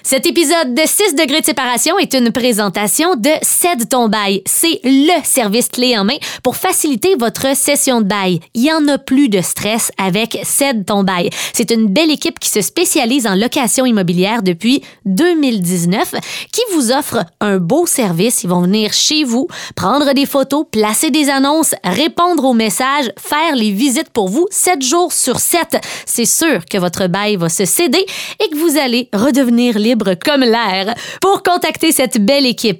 Cet épisode de 6 degrés de séparation est une présentation de Cède ton bail. C'est le service clé en main pour faciliter votre session de bail. Il n'y en a plus de stress avec Cède ton bail. C'est une belle équipe qui se spécialise en location immobilière depuis 2019, qui vous offre un beau service. Ils vont venir chez vous, prendre des photos, placer des annonces, répondre aux messages, faire les visites pour vous 7 jours sur 7. C'est sûr que votre bail va se céder et que vous allez redevenir libre comme l'air. Pour contacter cette belle équipe,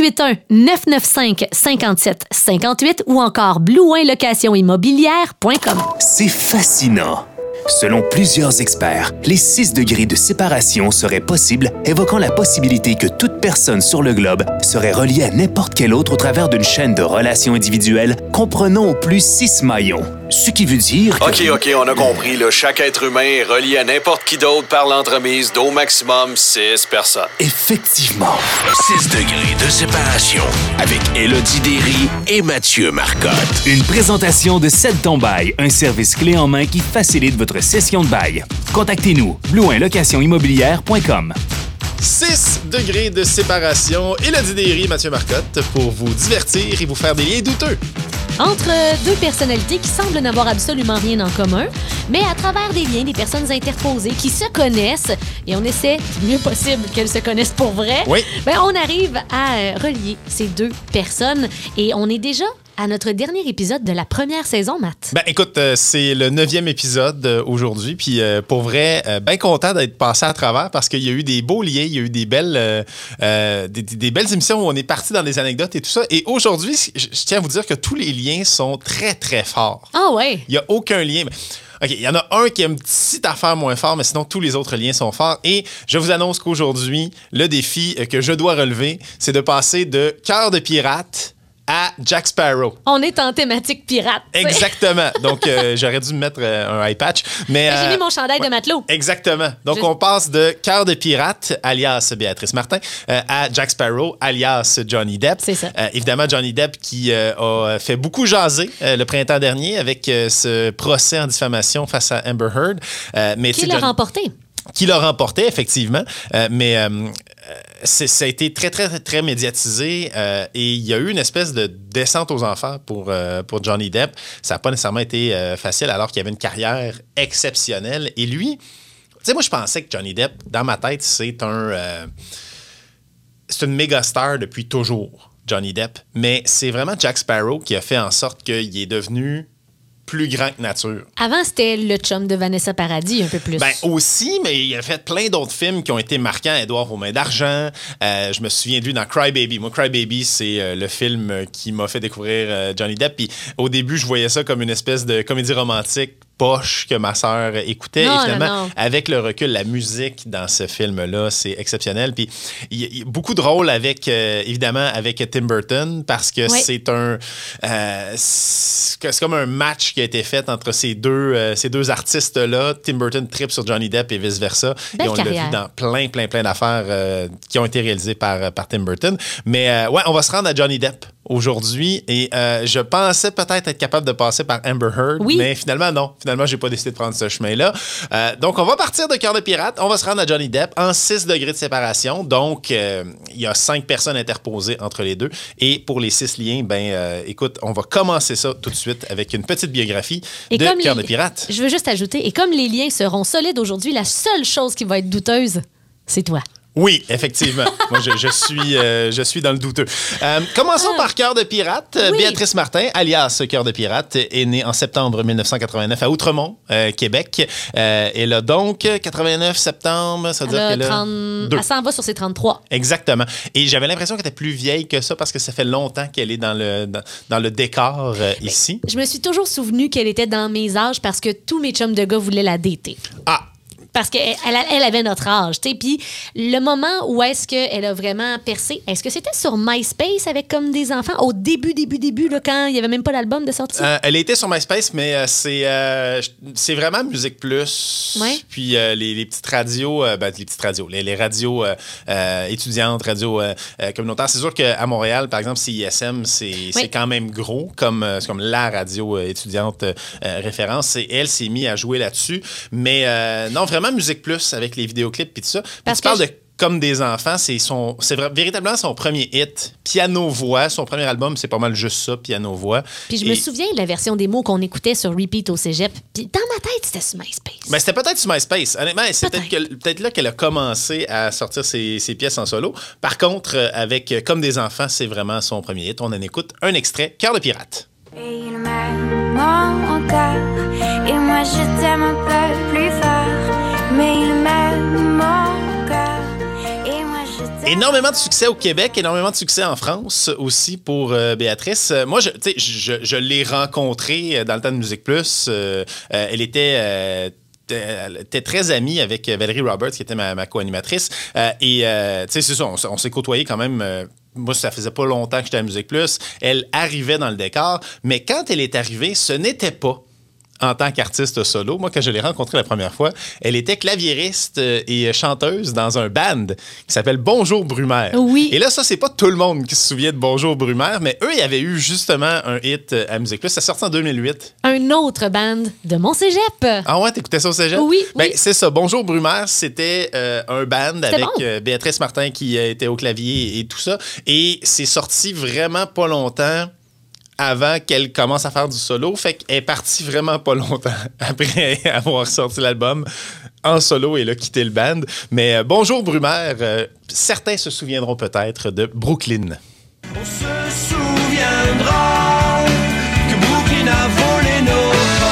581-995-5758 ou encore blueoinlocationimmobilière.com. C'est fascinant. Selon plusieurs experts, les 6 degrés de séparation seraient possibles, évoquant la possibilité que toute personne sur le globe serait reliée à n'importe quel autre au travers d'une chaîne de relations individuelles comprenant au plus 6 maillons. Ce qui veut dire que... OK, on a compris. Là. Chaque être humain est relié à n'importe qui d'autre par l'entremise d'au maximum 6 personnes. Effectivement. 6 degrés de séparation avec Élodie Derry et Mathieu Marcotte. Une présentation de Cède ton bail, un service clé en main qui facilite votre session de bail. Contactez-nous, blueoinlocationimmobilière.com. 6 degrés de séparation. Élodie Derry et Mathieu Marcotte pour vous divertir et vous faire des liens douteux. Entre deux personnalités qui semblent n'avoir absolument rien en commun, mais à travers des liens, des personnes interposées qui se connaissent, et on essaie du mieux possible qu'elles se connaissent pour vrai, oui. On arrive à relier ces deux personnes. Et on est déjà à notre dernier épisode de la première saison, Matt. Écoute, c'est le 9e épisode aujourd'hui, puis pour vrai, bien content d'être passé à travers parce qu'il y a eu des beaux liens, il y a eu des belles émissions où on est parti dans les anecdotes et tout ça. Et aujourd'hui, je tiens à vous dire que tous les liens sont très, très forts. Ah ouais? Il n'y a aucun lien. OK, il y en a un qui a une petite affaire moins fort, mais sinon, tous les autres liens sont forts. Et je vous annonce qu'aujourd'hui, le défi que je dois relever, c'est de passer de Cœur de pirate à Jack Sparrow. On est en thématique pirate. Exactement. Donc, j'aurais dû me mettre un eye patch. Mais j'ai mis mon chandail de matelot. Exactement. Donc, on passe de Cœur de pirate, alias Béatrice Martin, à Jack Sparrow, alias Johnny Depp. C'est ça. Évidemment, Johnny Depp qui a fait beaucoup jaser le printemps dernier avec ce procès en diffamation face à Amber Heard. Qui l'a remporté. Qui l'a remporté, effectivement. Ça a été très, très, très médiatisé et il y a eu une espèce de descente aux enfers pour Johnny Depp. Ça n'a pas nécessairement été facile alors qu'il avait une carrière exceptionnelle. Et lui, tu sais, moi, je pensais que Johnny Depp, dans ma tête, c'est une méga star depuis toujours, Johnny Depp. Mais c'est vraiment Jack Sparrow qui a fait en sorte qu'il est devenu plus grand que nature. Avant, c'était le chum de Vanessa Paradis, un peu plus. Aussi, mais il a fait plein d'autres films qui ont été marquants. Édouard aux mains d'argent. Je me souviin de lui dans Cry Baby. Moi, Cry Baby, c'est le film qui m'a fait découvrir Johnny Depp. Puis au début, je voyais ça comme une espèce de comédie romantique poche que ma sœur écoutait. Non, et finalement, non. avec le recul, la musique dans ce film-là, c'est exceptionnel. Puis il y a beaucoup de rôles évidemment, avec Tim Burton parce que c'est comme un match qui a été fait entre ces deux artistes-là. Tim Burton tripe sur Johnny Depp et vice-versa. Belle et on carrière. l'a vu dans plein d'affaires qui ont été réalisées par Tim Burton. Mais on va se rendre à Johnny Depp aujourd'hui et je pensais peut-être être capable de passer par Amber Heard, mais finalement, non. Finalement, j'ai pas décidé de prendre ce chemin-là. Donc, on va partir de Cœur de pirate. On va se rendre à Johnny Depp en 6 degrés de séparation. Donc, il y a 5 personnes interposées entre les deux. Et pour les 6 liens, écoute, on va commencer ça tout de suite avec une petite biographie de Cœur de pirate. Je veux juste ajouter, et comme les liens seront solides aujourd'hui, la seule chose qui va être douteuse, c'est toi. Oui, effectivement. Moi, je suis dans le douteux. Commençons par Cœur de pirate. Oui. Béatrice Martin, alias Cœur de pirate, est née en septembre 1989 à Outremont, Québec. Elle a donc 89 septembre, ça veut dire qu'elle a 32. Elle s'en va sur ses 33. Exactement. Et j'avais l'impression qu'elle était plus vieille que ça parce que ça fait longtemps qu'elle est dans le décor ici. Je me suis toujours souvenu qu'elle était dans mes âges parce que tous mes chums de gars voulaient la dater. Ah! Parce qu'elle avait notre âge, tu sais. Puis le moment où est-ce qu'elle a vraiment percé, est-ce que c'était sur MySpace avec comme des enfants au début, là, quand il n'y avait même pas l'album de sortie? Elle était sur MySpace, mais c'est vraiment Musique Plus. Ouais. Puis les petites radios, les radios étudiantes, radios communautaires. C'est sûr qu'à Montréal, par exemple, CISM, c'est quand même gros, c'est comme la radio étudiante référence. Et elle s'est mise à jouer là-dessus. Mais non, vraiment Musique Plus avec les vidéoclips et tout ça. Puis tu parles de Comme des enfants, c'est véritablement son premier hit. Piano-voix, son premier album, c'est pas mal juste ça, piano-voix. Puis je me souviens de la version démo qu'on écoutait sur repeat au cégep. Puis dans ma tête, c'était sur MySpace. Ben, c'était peut-être sur MySpace. Honnêtement, c'est peut-être là qu'elle a commencé à sortir ses pièces en solo. Par contre, avec Comme des enfants, c'est vraiment son premier hit. On en écoute un extrait, Cœur de pirate. Et il m'aime encore, et moi je t'aime un peu plus fort, mais il m'aime encore, et moi je t'aime. Énormément de succès au Québec, énormément de succès en France aussi pour Béatrice. Moi, je l'ai rencontrée dans le temps de Musique Plus. Elle était très amie avec Valérie Roberts, qui était ma co-animatrice. C'est ça, on s'est côtoyés quand même. Moi, ça faisait pas longtemps que j'étais à Musique Plus. Elle arrivait dans le décor, mais quand elle est arrivée, ce n'était pas en tant qu'artiste solo. Moi, quand je l'ai rencontrée la première fois, elle était claviériste et chanteuse dans un band qui s'appelle Bonjour Brumaire. Oui. Et là, ça, c'est pas tout le monde qui se souvient de Bonjour Brumaire, mais eux, ils avaient eu justement un hit à Musique Plus. Ça sortit en 2008. Un autre band de mon cégep. Ah ouais, t'écoutais ça au cégep? Oui. Ben, c'est ça. Bonjour Brumaire, c'était un band avec Béatrice Martin qui était au clavier et tout ça. Et c'est sorti vraiment pas longtemps avant qu'elle commence à faire du solo. Fait qu'elle est partie vraiment pas longtemps après avoir sorti l'album en solo et là, quitté le band. Mais Bonjour Brumaire, certains se souviendront peut-être de Brooklyn. On se souviendra que Brooklyn a volé nos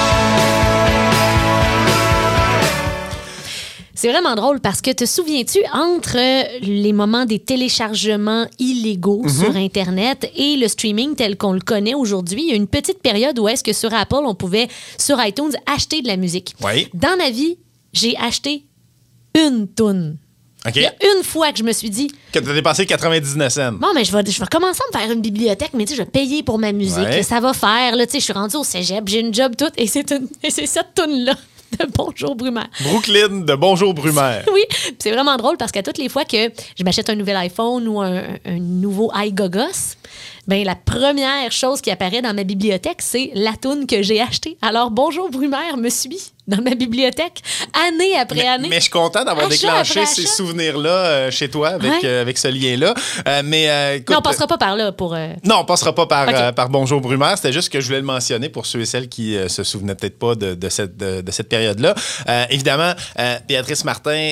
C'est vraiment drôle parce que te souviens-tu, entre les moments des téléchargements illégaux sur Internet et le streaming tel qu'on le connaît aujourd'hui, il y a une petite période où est-ce que sur Apple, on pouvait, sur iTunes, acheter de la musique. Oui. Dans ma vie, j'ai acheté une toune. OK. Il y a une fois que je me suis dit... Que tu as dépensé 99 cents. Bon, mais je vais commencer à me faire une bibliothèque, mais tu sais, je vais payer pour ma musique. Ouais. Là, ça va faire. Là, tu sais, je suis rendue au cégep, j'ai une job toute, et c'est cette toune-là de Bonjour Brumaire. Brooklyn de Bonjour Brumaire. Oui, puis c'est vraiment drôle parce qu'à toutes les fois que je m'achète un nouvel iPhone ou un nouveau iGogos, ben la première chose qui apparaît dans ma bibliothèque, c'est la toune que j'ai achetée. Alors Bonjour Brumaire me suit dans ma bibliothèque année après année. Mais je suis content d'avoir déclenché ces souvenirs-là chez toi avec ce lien-là. Écoute, non, on passera pas par là pour... Non, on passera pas par Okay. Bonjour Brumaire. C'était juste que je voulais le mentionner pour ceux et celles qui se souvenaient peut-être pas de cette période-là. Évidemment, Béatrice Martin,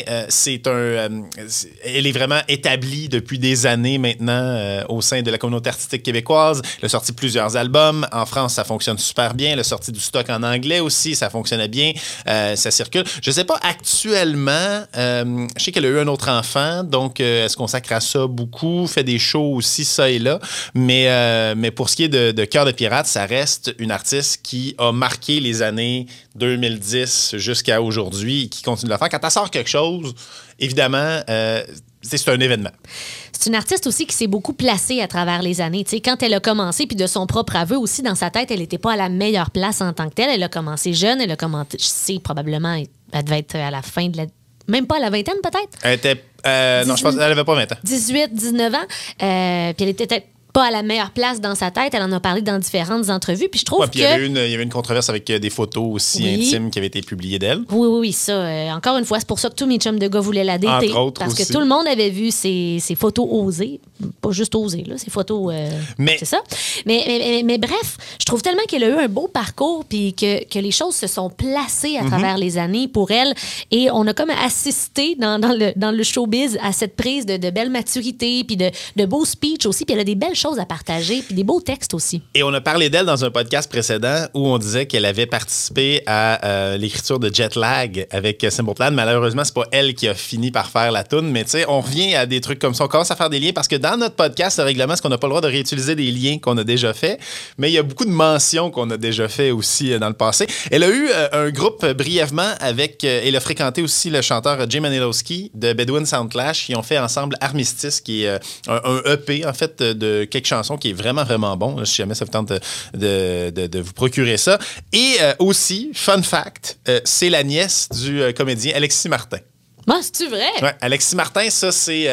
elle est vraiment établie depuis des années maintenant au sein de la communauté artistique québécoise. Elle a sorti plusieurs albums. En France, ça fonctionne super bien. Elle a sorti du stock en anglais aussi. Ça fonctionnait bien. Ça circule. Je sais pas, actuellement, je sais qu'elle a eu un autre enfant, donc elle se consacre à ça beaucoup, fait des shows aussi, ça et là. Mais pour ce qui est de Cœur de pirate, ça reste une artiste qui a marqué les années 2010 jusqu'à aujourd'hui et qui continue de le faire. Quand elle sort quelque chose, évidemment, c'est un événement. C'est une artiste aussi qui s'est beaucoup placée à travers les années. Tu sais, quand elle a commencé, puis de son propre aveu aussi, dans sa tête, elle n'était pas à la meilleure place en tant que telle. Elle a commencé jeune, elle a commencé, je sais, probablement, elle devait être à la fin de la... Même pas à la vingtaine, peut-être? Elle était... non, je pense qu'elle n'avait pas 20 ans. 18, 19 ans. Puis elle était peut-être pas à la meilleure place dans sa tête. Elle en a parlé dans différentes entrevues. Puis je trouve puis il y avait une controverse avec des photos aussi intimes qui avaient été publiées d'elle. Oui, ça. Encore une fois, c'est pour ça que tous mes chums de gars voulaient la dater. Entre autres parce aussi. que tout le monde avait vu ses photos osées. Pas juste osées, là. Ses photos... c'est ça. Mais bref, je trouve tellement qu'elle a eu un beau parcours puis que les choses se sont placées à travers les années pour elle. Et on a comme assisté dans le showbiz à cette prise de belle maturité puis de beaux speeches aussi. Puis elle a des belles choses à partager, puis des beaux textes aussi. Et on a parlé d'elle dans un podcast précédent où on disait qu'elle avait participé à l'écriture de Jet Lag avec Simple Plan. Malheureusement, c'est pas elle qui a fini par faire la toune, mais tu sais, on revient à des trucs comme ça. On commence à faire des liens parce que dans notre podcast, le règlement, c'est qu'on n'a pas le droit de réutiliser des liens qu'on a déjà fait, mais il y a beaucoup de mentions qu'on a déjà fait aussi dans le passé. Elle a eu un groupe brièvement avec... elle a fréquenté aussi le chanteur Jay Manilowski de Bedouin Soundclash. Ils ont fait ensemble Armistice, qui est un EP, en fait, de quelques chansons qui est vraiment, vraiment bon. Si jamais ça vous tente de vous procurer ça. Et aussi, fun fact, c'est la nièce du comédien Alexis Martin. Moi, c'est-tu vrai? Ouais, Alexis Martin, ça, c'est...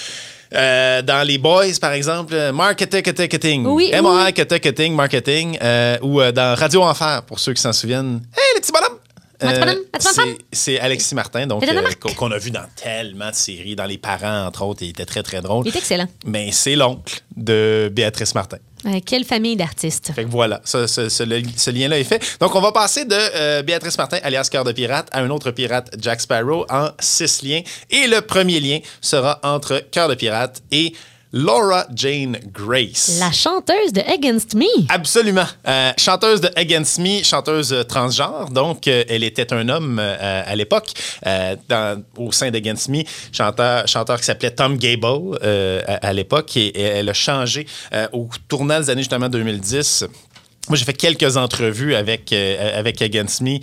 dans les Boys, par exemple, Marketing. Oui, Marketing, ou dans Radio Enfer, pour ceux qui s'en souviennent. Hey, le petit bonhomme! C'est Alexis Martin, donc qu'on a vu dans tellement de séries, dans Les Parents, entre autres, il était très, très drôle. Il est excellent. Mais c'est l'oncle de Béatrice Martin. Quelle famille d'artistes. Fait que voilà, ce lien-là est fait. Donc, on va passer de Béatrice Martin, alias Cœur de pirate, à un autre pirate, Jack Sparrow, en 6 liens. Et le premier lien sera entre Cœur de pirate et Laura Jane Grace. La chanteuse de Against Me. Absolument. Chanteuse de Against Me, chanteuse transgenre. Donc, elle était un homme à l'époque au sein d'Against Me. Chanteur qui s'appelait Tom Gable à l'époque. Et elle a changé au tournant des années justement 2010. Moi, j'ai fait quelques entrevues avec Against Me,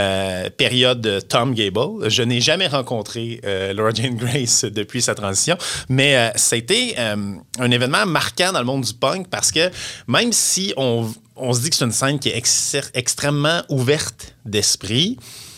période Tom Gable. Je n'ai jamais rencontré Laura Jane Grace depuis sa transition, mais ça a été un événement marquant dans le monde du punk parce que même si on se dit que c'est une scène qui est extrêmement ouverte d'esprit,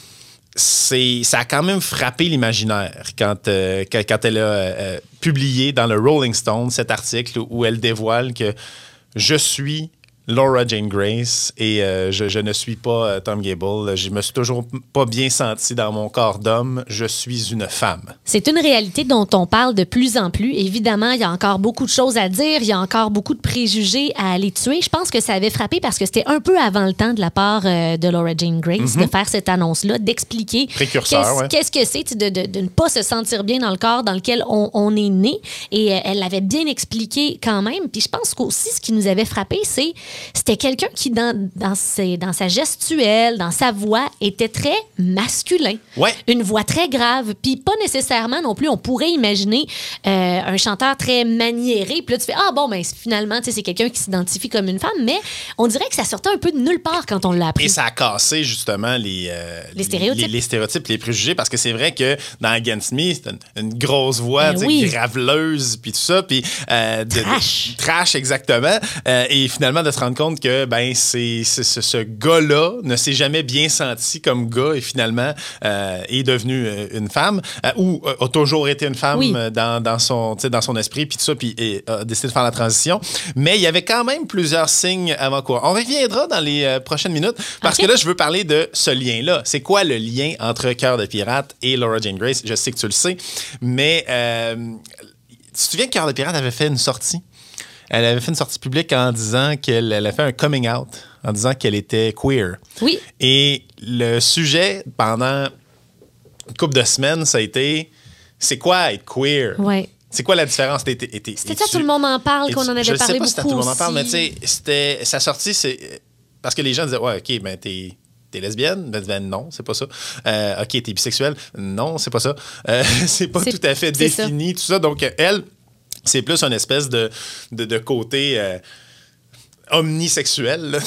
ça a quand même frappé l'imaginaire quand elle a publié dans le Rolling Stone cet article où elle dévoile que je suis Laura Jane Grace et je ne suis pas Tom Gable. Je me suis toujours pas bien senti dans mon corps d'homme. Je suis une femme. C'est une réalité dont on parle de plus en plus. Évidemment, il y a encore beaucoup de choses à dire. Il y a encore beaucoup de préjugés à aller tuer. Je pense que ça avait frappé parce que c'était un peu avant le temps de la part de Laura Jane Grace de faire cette annonce-là, d'expliquer qu'est-ce que c'est de ne pas se sentir bien dans le corps dans lequel on est né. Et elle l'avait bien expliqué quand même. Puis je pense qu'aussi, ce qui nous avait frappé, c'était quelqu'un qui, dans sa gestuelle, dans sa voix, était très masculin. Ouais. Une voix très grave. Puis pas nécessairement non plus, on pourrait imaginer un chanteur très maniéré. Puis là, tu fais, finalement, c'est quelqu'un qui s'identifie comme une femme. Mais on dirait que ça sortait un peu de nulle part quand on l'a appris. Et ça a cassé, justement, les stéréotypes. Les stéréotypes, les préjugés. Parce que c'est vrai que dans Against Me, c'est une grosse voix, graveleuse, puis tout ça. Puis trash, exactement. Et finalement, de se rendre compte que ce gars-là ne s'est jamais bien senti comme gars et finalement est devenu une femme ou a toujours été une femme dans son esprit puis tout ça, puis a décidé de faire la transition. Mais il y avait quand même plusieurs signes avant-coureurs. On reviendra dans les prochaines minutes parce que là, je veux parler de ce lien-là. C'est quoi le lien entre Cœur de pirate et Laura Jane Grace? Je sais que tu le sais, mais tu te souviens que Cœur de pirate avait fait une sortie? Elle avait fait une sortie publique en disant qu'elle a fait un coming out, en disant qu'elle était queer. Oui. Et le sujet, pendant une couple de semaines, ça a été « C'est quoi être queer? » Oui. C'est quoi la différence? C'était ça, tout le monde en parle, qu'on en avait parlé beaucoup. Je sais pas si tout le monde en parle, mais tu sais, sa sortie, c'est... Parce que les gens disaient « Ouais, OK, ben t'es lesbienne? » Non, c'est pas ça. OK, t'es bisexuelle? Non, c'est pas ça. C'est pas tout à fait défini, tout ça. Donc, elle... C'est plus une espèce de côté omnisexuel.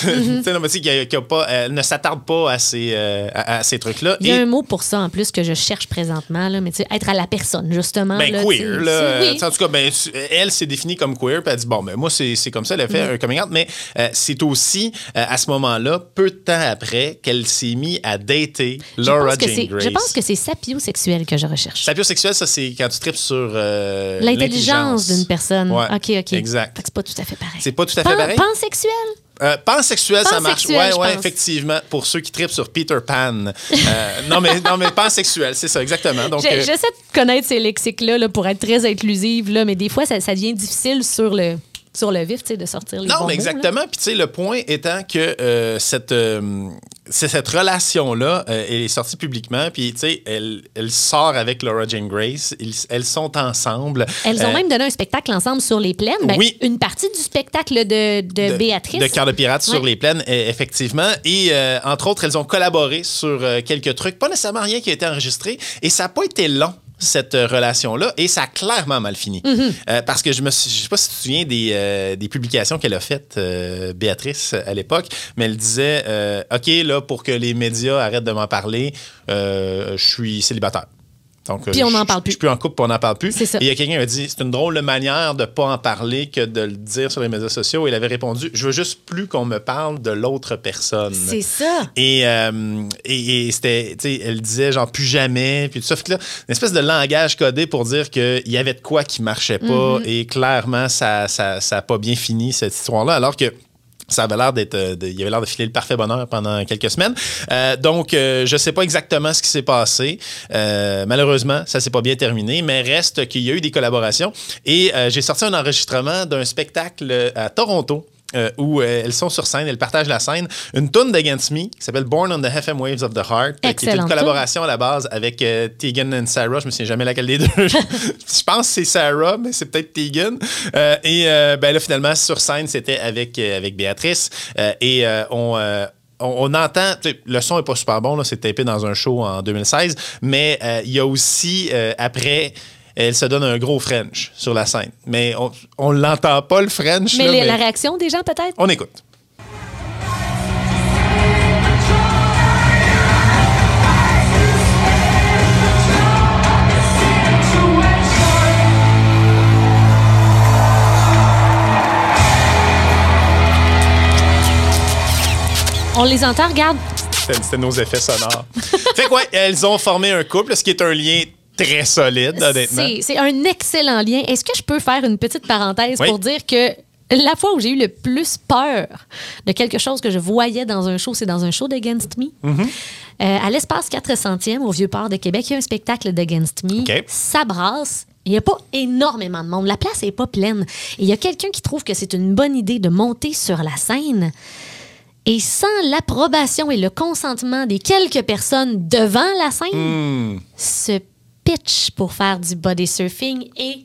Elle ne s'attarde pas à ces trucs-là. Il y a un mot pour ça, en plus, que je cherche présentement, là, mais être à la personne, justement. Queer. Là, en tout cas, elle s'est définie comme queer, puis elle dit, moi, c'est comme ça, elle a fait un coming out, mais c'est aussi, à ce moment-là, peu de temps après, qu'elle s'est mise à dater Laura Jane Grace. Je pense que c'est sapiosexuel que je recherche. Sapiosexuel, ça, c'est quand tu tripes sur l'intelligence d'une personne. Ouais, OK. Exact. Fait que c'est pas tout à fait pareil. C'est pas tout à fait pareil? Pansexuel, ça marche. Ouais, effectivement. Pour ceux qui trippent sur Peter Pan. Non, mais pansexuel, c'est ça, exactement. Donc, j'essaie de connaître ces lexiques-là pour être très inclusive, là, mais des fois, ça devient difficile sur le vif, de sortir les bons mots. Non, mais exactement. Puis, le point étant que cette relation-là, elle est sortie publiquement, puis, elle sort avec Laura Jane Grace. Elles sont ensemble. Elles ont même donné un spectacle ensemble sur les plaines. Oui. Une partie du spectacle de Béatrice. De Cœur de pirate sur les plaines, effectivement. Et, entre autres, elles ont collaboré sur quelques trucs. Pas nécessairement rien qui a été enregistré. Et ça n'a pas été long, cette relation-là, et ça a clairement mal fini. Parce que je sais pas si tu te souviens des publications qu'elle a faites, Béatrice, à l'époque, mais elle disait OK, là, pour que les médias arrêtent de m'en parler, je suis célibataire. Donc, puis on n'en parle plus. Je suis plus en couple, puis on n'en parle plus. C'est ça. Et il y a quelqu'un qui a dit, c'est une drôle de manière de ne pas en parler que de le dire sur les médias sociaux. Et il avait répondu, je veux juste plus qu'on me parle de l'autre personne. C'est ça. Et c'était, tu sais, elle disait genre plus jamais, puis tout ça. Fait que là, une espèce de langage codé pour dire qu'il y avait de quoi qui marchait pas. Et clairement, ça a pas bien fini, cette histoire-là. Alors que Ça avait l'air il avait l'air de filer le parfait bonheur pendant quelques semaines. Donc, je sais pas exactement ce qui s'est passé. Malheureusement, ça s'est pas bien terminé, mais reste qu'il y a eu des collaborations. Et j'ai sorti un enregistrement d'un spectacle à Toronto. Où elles sont sur scène, elles partagent la scène. Une tune d'Against Me qui s'appelle Born on the FM Waves of the Heart, qui est une collaboration à la base avec Tegan et Sarah. Je me souviens jamais laquelle des deux. Je pense que c'est Sarah, mais c'est peut-être Tegan. Ben là, finalement, sur scène, c'était avec Béatrice. On entend, le son n'est pas super bon, là, c'est tapé dans un show en 2016, mais il y a aussi, après... Elle se donne un gros French sur la scène. Mais on ne l'entend pas, le French. Mais, là, mais la réaction des gens, peut-être? On écoute. On les entend, regarde. C'était nos effets sonores. Fait que ouais, elles ont formé un couple, ce qui est un lien très solide, honnêtement. C'est un excellent lien. Est-ce que je peux faire une petite parenthèse pour dire que la fois où j'ai eu le plus peur de quelque chose que je voyais dans un show, c'est dans un show d'Against Me. Mm-hmm. À l'Espace 400e, au Vieux-Port de Québec, il y a un spectacle d'Against Me. Okay. Ça brasse. Il n'y a pas énormément de monde. La place n'est pas pleine. Et il y a quelqu'un qui trouve que c'est une bonne idée de monter sur la scène. Et sans l'approbation et le consentement des quelques personnes devant la scène, se pitch pour faire du body surfing et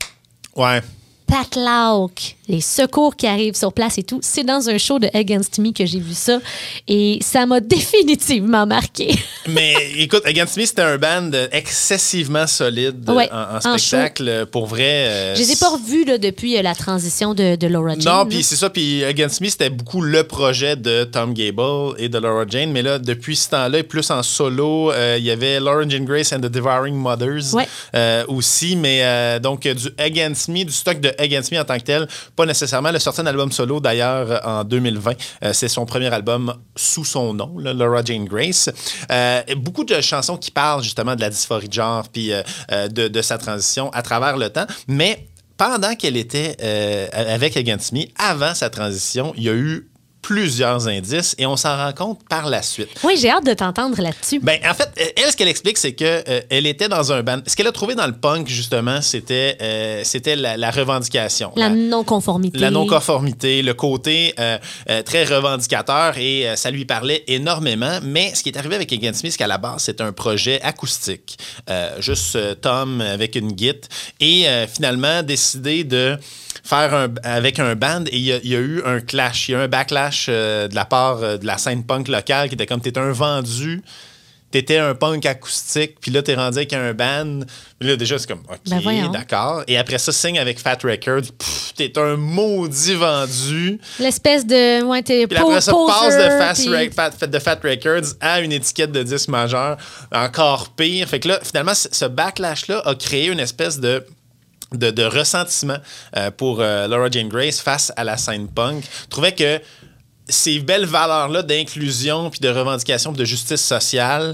patlauk, les secours qui arrivent sur place et tout. C'est dans un show de Against Me que j'ai vu ça et ça m'a définitivement marqué. Mais écoute, Against Me, c'était un band excessivement solide en spectacle. Pour vrai. Je les ai pas revus là, depuis la transition de Laura Jane. Non, puis c'est ça. Puis Against Me, c'était beaucoup le projet de Tom Gable et de Laura Jane. Mais là, depuis ce temps-là, et plus en solo, il y avait Laura Jane Grace and the Devouring Mothers aussi. Mais donc, du Against Me, du stock de Against Me en tant que tel, pas nécessairement. Elle a sorti un album solo, d'ailleurs, en 2020. C'est son premier album sous son nom, là, Laura Jane Grace. Beaucoup de chansons qui parlent justement de la dysphorie de genre puis de sa transition à travers le temps. Mais pendant qu'elle était avec Against Me, avant sa transition, il y a eu plusieurs indices et on s'en rend compte par la suite. Oui, j'ai hâte de t'entendre là-dessus. Ben, en fait, elle, ce qu'elle explique, c'est que elle était dans un band. Ce qu'elle a trouvé dans le punk, justement, c'était la revendication. La non-conformité. La non-conformité, le côté très revendicateur et ça lui parlait énormément. Mais ce qui est arrivé avec Against Me, c'est qu'à la base, c'est un projet acoustique. Juste Tom avec une guitare et finalement décidé de faire avec un band et il y a eu un clash, il y a eu un backlash de la part de la scène punk locale qui était comme t'étais un vendu, t'étais un punk acoustique, puis là t'es rendu avec un band, puis là déjà c'est comme ok, d'accord, et après ça signe avec Fat Records, t'es un maudit vendu. L'espèce de t'es puis après ça passe de Fat Records à une étiquette de disque majeur, encore pire. Fait que là finalement ce backlash là a créé une espèce de ressentiment pour Laura Jane Grace face à la scène punk. Je trouvais que ces belles valeurs-là d'inclusion puis de revendication puis de justice sociale,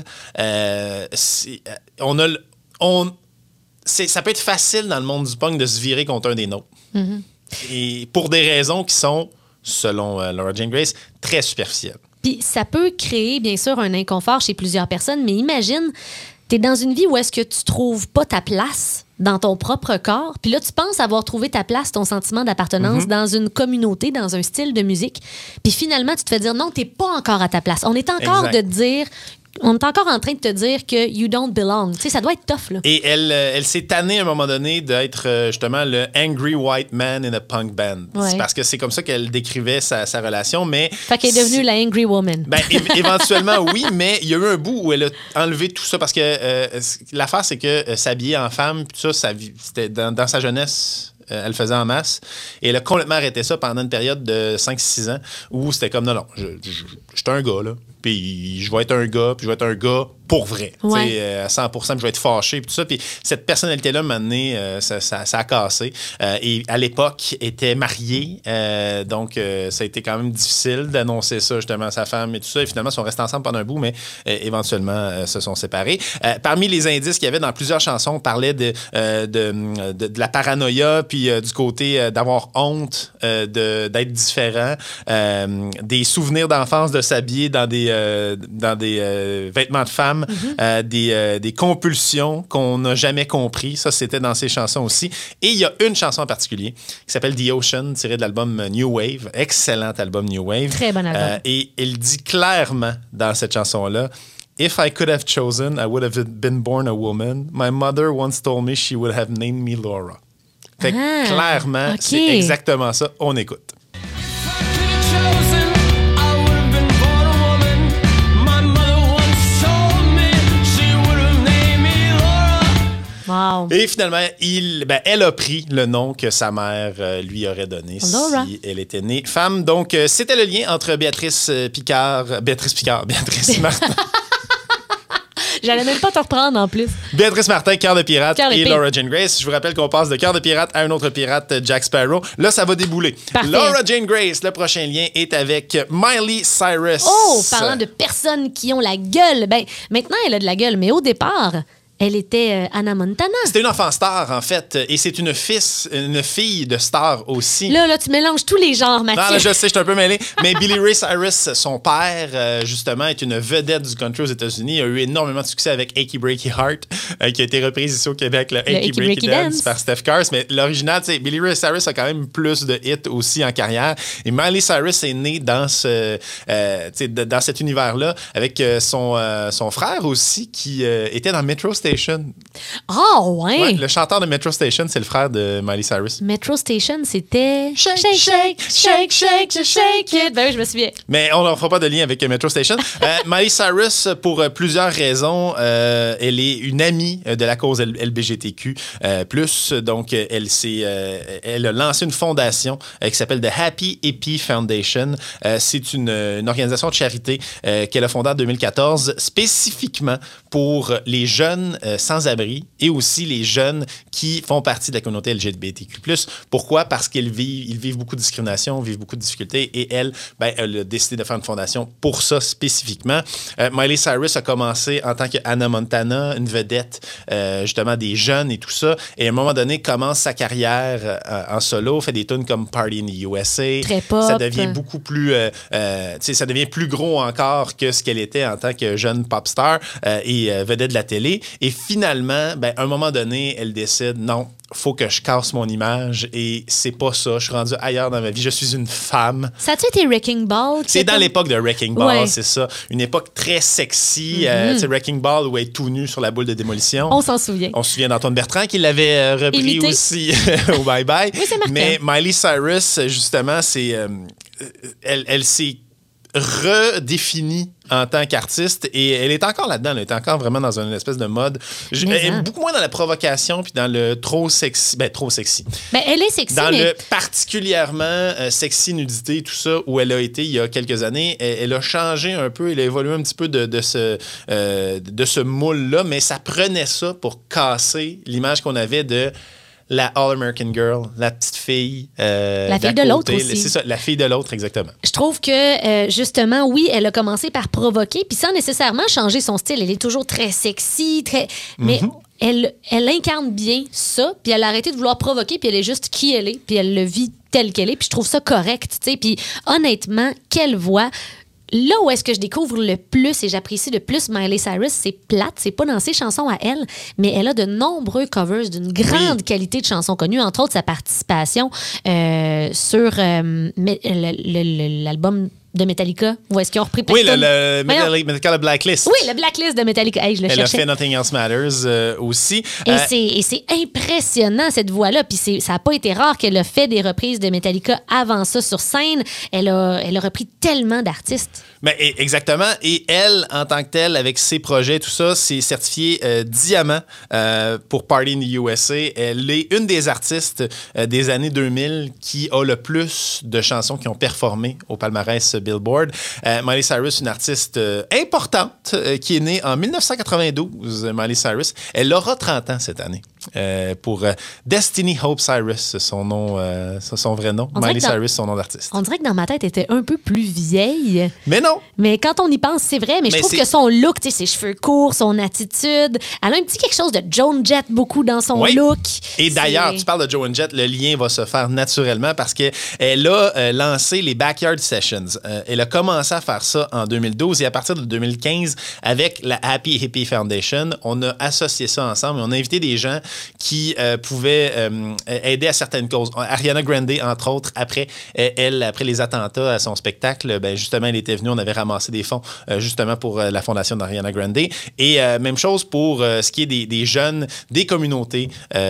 ça peut être facile dans le monde du punk de se virer contre un des nôtres. Mm-hmm. Et pour des raisons qui sont, selon Laura Jane Grace, très superficielles. Puis ça peut créer, bien sûr, un inconfort chez plusieurs personnes, mais imagine, t'es dans une vie où est-ce que tu trouves pas ta place dans ton propre corps, puis là, tu penses avoir trouvé ta place, ton sentiment d'appartenance dans une communauté, dans un style de musique, puis finalement, tu te fais dire non, t'es pas encore à ta place. On est encore on est encore en train de te dire que you don't belong. Tu sais, ça doit être tough, là. Et elle s'est tannée à un moment donné d'être justement le angry white man in a punk band. Ouais. C'est parce que c'est comme ça qu'elle décrivait sa relation, mais... Fait qu'elle est devenue la angry woman. Ben, éventuellement, oui, mais il y a eu un bout où elle a enlevé tout ça parce que l'affaire, c'est que s'habiller en femme, puis tout ça, c'était dans sa jeunesse... elle le faisait en masse. Et elle a complètement arrêté ça pendant une période de 5-6 ans où c'était comme, non, j'étais un gars, là. puis je vais être un gars, puis je vais être un gars pour vrai, à 100%, puis je vais être fâché, puis tout ça. Puis cette personnalité-là, m'a donné, ça a cassé. Et à l'époque, était marié, donc ça a été quand même difficile d'annoncer ça justement à sa femme et tout ça. Et finalement, ils sont restés ensemble pendant un bout, mais éventuellement, se sont séparés. Parmi les indices qu'il y avait dans plusieurs chansons, on parlait de la paranoïa, puis du côté d'avoir honte d'être différent, des souvenirs d'enfance de s'habiller dans des vêtements de femme, des compulsions qu'on n'a jamais compris. Ça, c'était dans ces chansons aussi. Et il y a une chanson en particulier qui s'appelle The Ocean, tirée de l'album New Wave. Excellent album New Wave. Très bon album. Et il dit clairement dans cette chanson-là, If I could have chosen, I would have been born a woman. My mother once told me she would have named me Laura. Fait que clairement, c'est exactement ça. On écoute. Wow. Et finalement, elle a pris le nom que sa mère lui aurait donné Laura. si elle était née femme. Donc, c'était le lien entre Béatrice Martin. J'allais même pas te reprendre en plus. Béatrice Martin, Cœur de pirate Cœur et épée. Laura Jane Grace. Je vous rappelle qu'on passe de Cœur de pirate à un autre pirate, Jack Sparrow. Là, ça va débouler. Parfait. Laura Jane Grace, le prochain lien est avec Miley Cyrus. Oh, parlant de personnes qui ont la gueule. Ben, maintenant, elle a de la gueule, mais au départ, elle était Hannah Montana. C'était une enfant star, en fait, et c'est une fille de star aussi. Là, tu mélanges tous les genres, Mathieu. Non, là, je sais, je suis un peu mêlé. Mais Billy Ray Cyrus, son père, justement, est une vedette du country aux États-Unis. Il a eu énormément de succès avec Achy Breaky Heart, qui a été reprise ici au Québec, le Achy Breaky Dance par Steph Curry. Mais l'original, tu sais, Billy Ray Cyrus a quand même plus de hits aussi en carrière. Et Miley Cyrus est née dans dans cet univers-là avec son frère aussi, qui était dans Metro Station. Oh, ouais. Le chanteur de Metro Station, c'est le frère de Miley Cyrus. Metro Station, c'était Shake, shake, shake, shake, shake, shake it. Ben oui, je me souviens. Mais on n'en fera pas de lien avec Metro Station. Miley Cyrus, pour plusieurs raisons, elle est une amie de la cause LGBTQ+. Donc, elle a lancé une fondation qui s'appelle The Happy Hippie Foundation. C'est une organisation de charité qu'elle a fondée en 2014, spécifiquement pour les jeunes sans-abri et aussi les jeunes qui font partie de la communauté LGBTQ+. Pourquoi? Parce qu'ils vivent beaucoup de discrimination, vivent beaucoup de difficultés et elle a décidé de faire une fondation pour ça spécifiquement. Miley Cyrus a commencé en tant que Hannah Montana, une vedette justement des jeunes et tout ça. Et à un moment donné, commence sa carrière en solo, fait des tunes comme Party in the USA. Très pop. Ça devient beaucoup plus... ça devient plus gros encore que ce qu'elle était en tant que jeune pop star et vedette de la télé. Et finalement, à un moment donné, elle décide, non, faut que je casse mon image et c'est pas ça. Je suis rendu ailleurs dans ma vie. Je suis une femme. Ça a-tu été Wrecking Ball? C'est dans l'époque de Wrecking Ball, ouais. C'est ça. Une époque très sexy. Wrecking Ball où elle est tout nu sur la boule de démolition. On s'en souvient. On se souvient d'Antoine Bertrand qui l'avait repris imité aussi au Bye Bye. Oui, c'est marquant. Mais Miley Cyrus, justement, elle s'est redéfinie en tant qu'artiste et elle est encore là-dedans. Elle est encore vraiment dans une espèce de mode. Elle est beaucoup moins dans la provocation puis dans le trop sexy. Trop sexy. Elle est sexy, dans mais... le particulièrement sexy nudité, tout ça, où elle a été il y a quelques années. Elle a changé un peu, elle a évolué un petit peu de ce moule-là, mais ça prenait ça pour casser l'image qu'on avait de la All-American Girl, la petite fille. La fille de l'autre aussi. C'est ça, la fille de l'autre, exactement. Je trouve que, justement, oui, elle a commencé par provoquer, puis sans nécessairement changer son style. Elle est toujours très sexy, mais elle incarne bien ça, puis elle a arrêté de vouloir provoquer, puis elle est juste qui elle est, puis elle le vit telle qu'elle est, puis je trouve ça correct, tu sais. Puis honnêtement, quelle voix... Là où est-ce que je découvre le plus et j'apprécie le plus Miley Cyrus, c'est plate, c'est pas dans ses chansons à elle, mais elle a de nombreux covers d'une grande qualité de chansons connues, entre autres sa participation sur l'album de Metallica, où est-ce qu'ils ont repris plein de le Metallica Blacklist. Oui, le Blacklist de Metallica. Hey, je le cherchais. Elle a fait Nothing Else Matters aussi. Et c'est impressionnant, cette voix-là. Puis ça n'a pas été rare qu'elle a fait des reprises de Metallica avant ça sur scène. Elle a repris tellement d'artistes. Exactement. Et elle, en tant que telle, avec ses projets, tout ça, c'est certifié diamant pour Party in the USA. Elle est une des artistes des années 2000 qui a le plus de chansons qui ont performé au palmarès Billboard. Miley Cyrus, une artiste importante qui est née en 1992, Miley Cyrus. Elle aura 30 ans cette année. Pour Destiny Hope Cyrus, c'est son nom, c'est son vrai nom. Miley Cyrus, son nom d'artiste. On dirait que dans ma tête, elle était un peu plus vieille. Mais non! Mais quand on y pense, c'est vrai. Mais je trouve que son look, ses cheveux courts, son attitude, elle a un petit quelque chose de Joan Jett beaucoup dans son look. Et d'ailleurs, tu parles de Joan Jett, le lien va se faire naturellement parce qu'elle a lancé les Backyard Sessions. Elle a commencé à faire ça en 2012 et à partir de 2015, avec la Happy Hippie Foundation, on a associé ça ensemble et on a invité des gens qui pouvaient aider à certaines causes. Ariana Grande, entre autres, après les attentats à son spectacle, justement, elle était venue, on avait ramassé des fonds justement pour la fondation d'Ariana Grande. Et même chose pour ce qui est des jeunes, des communautés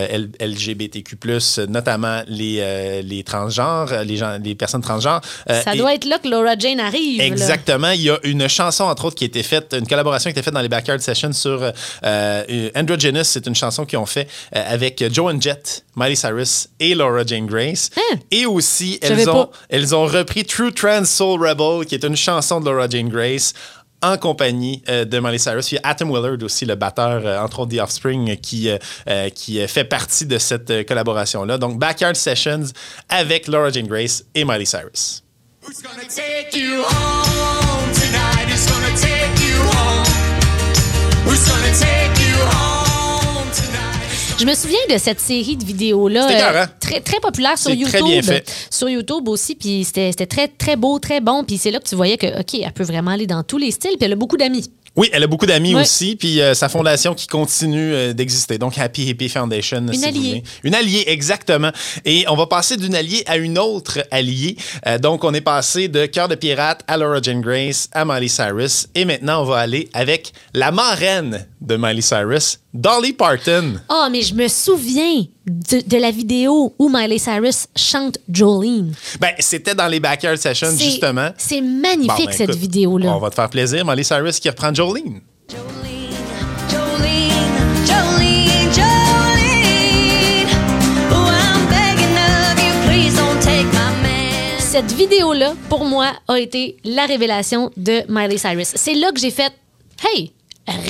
LGBTQ+, notamment les transgenres, les personnes transgenres. Ça doit être là que Laura Jane arrive. Exactement. Là. Il y a une chanson, entre autres, qui a été faite, une collaboration qui a été faite dans les Backyard Sessions sur Androgynous. C'est une chanson qu'ils ont fait avec Joan Jett, Miley Cyrus et Laura Jane Grace. Et aussi, elles ont repris True Trans Soul Rebel, qui est une chanson de Laura Jane Grace, en compagnie de Miley Cyrus. Il y a Atom Willard aussi, le batteur, entre autres, The Offspring, qui fait partie de cette collaboration-là. Donc, Backyard Sessions avec Laura Jane Grace et Miley Cyrus. Who's gonna take you home tonight? Who's gonna take you home? Who's gonna take you home tonight? Je me souviens de cette série de vidéos-là, très, très populaire sur YouTube. Très bien fait. Sur YouTube aussi, puis c'était très, très beau, très bon. Puis c'est là que tu voyais que, OK, elle peut vraiment aller dans tous les styles, puis elle a beaucoup d'amis. Oui, elle a beaucoup d'amis aussi, puis sa fondation qui continue d'exister. Donc, Happy Hippie Foundation. Une alliée. Une alliée, exactement. Et on va passer d'une alliée à une autre alliée. Donc, on est passé de Cœur de pirate à Laura Jane Grace à Miley Cyrus. Et maintenant, on va aller avec la marraine de Miley Cyrus, Dolly Parton. Ah, mais je me souviens de la vidéo où Miley Cyrus chante Jolene. C'était dans les Backyard Sessions, justement. C'est magnifique, cette vidéo-là. On va te faire plaisir. Miley Cyrus qui reprend Jolene. Cette vidéo-là, pour moi, a été la révélation de Miley Cyrus. C'est là que j'ai fait « Hey, respect! »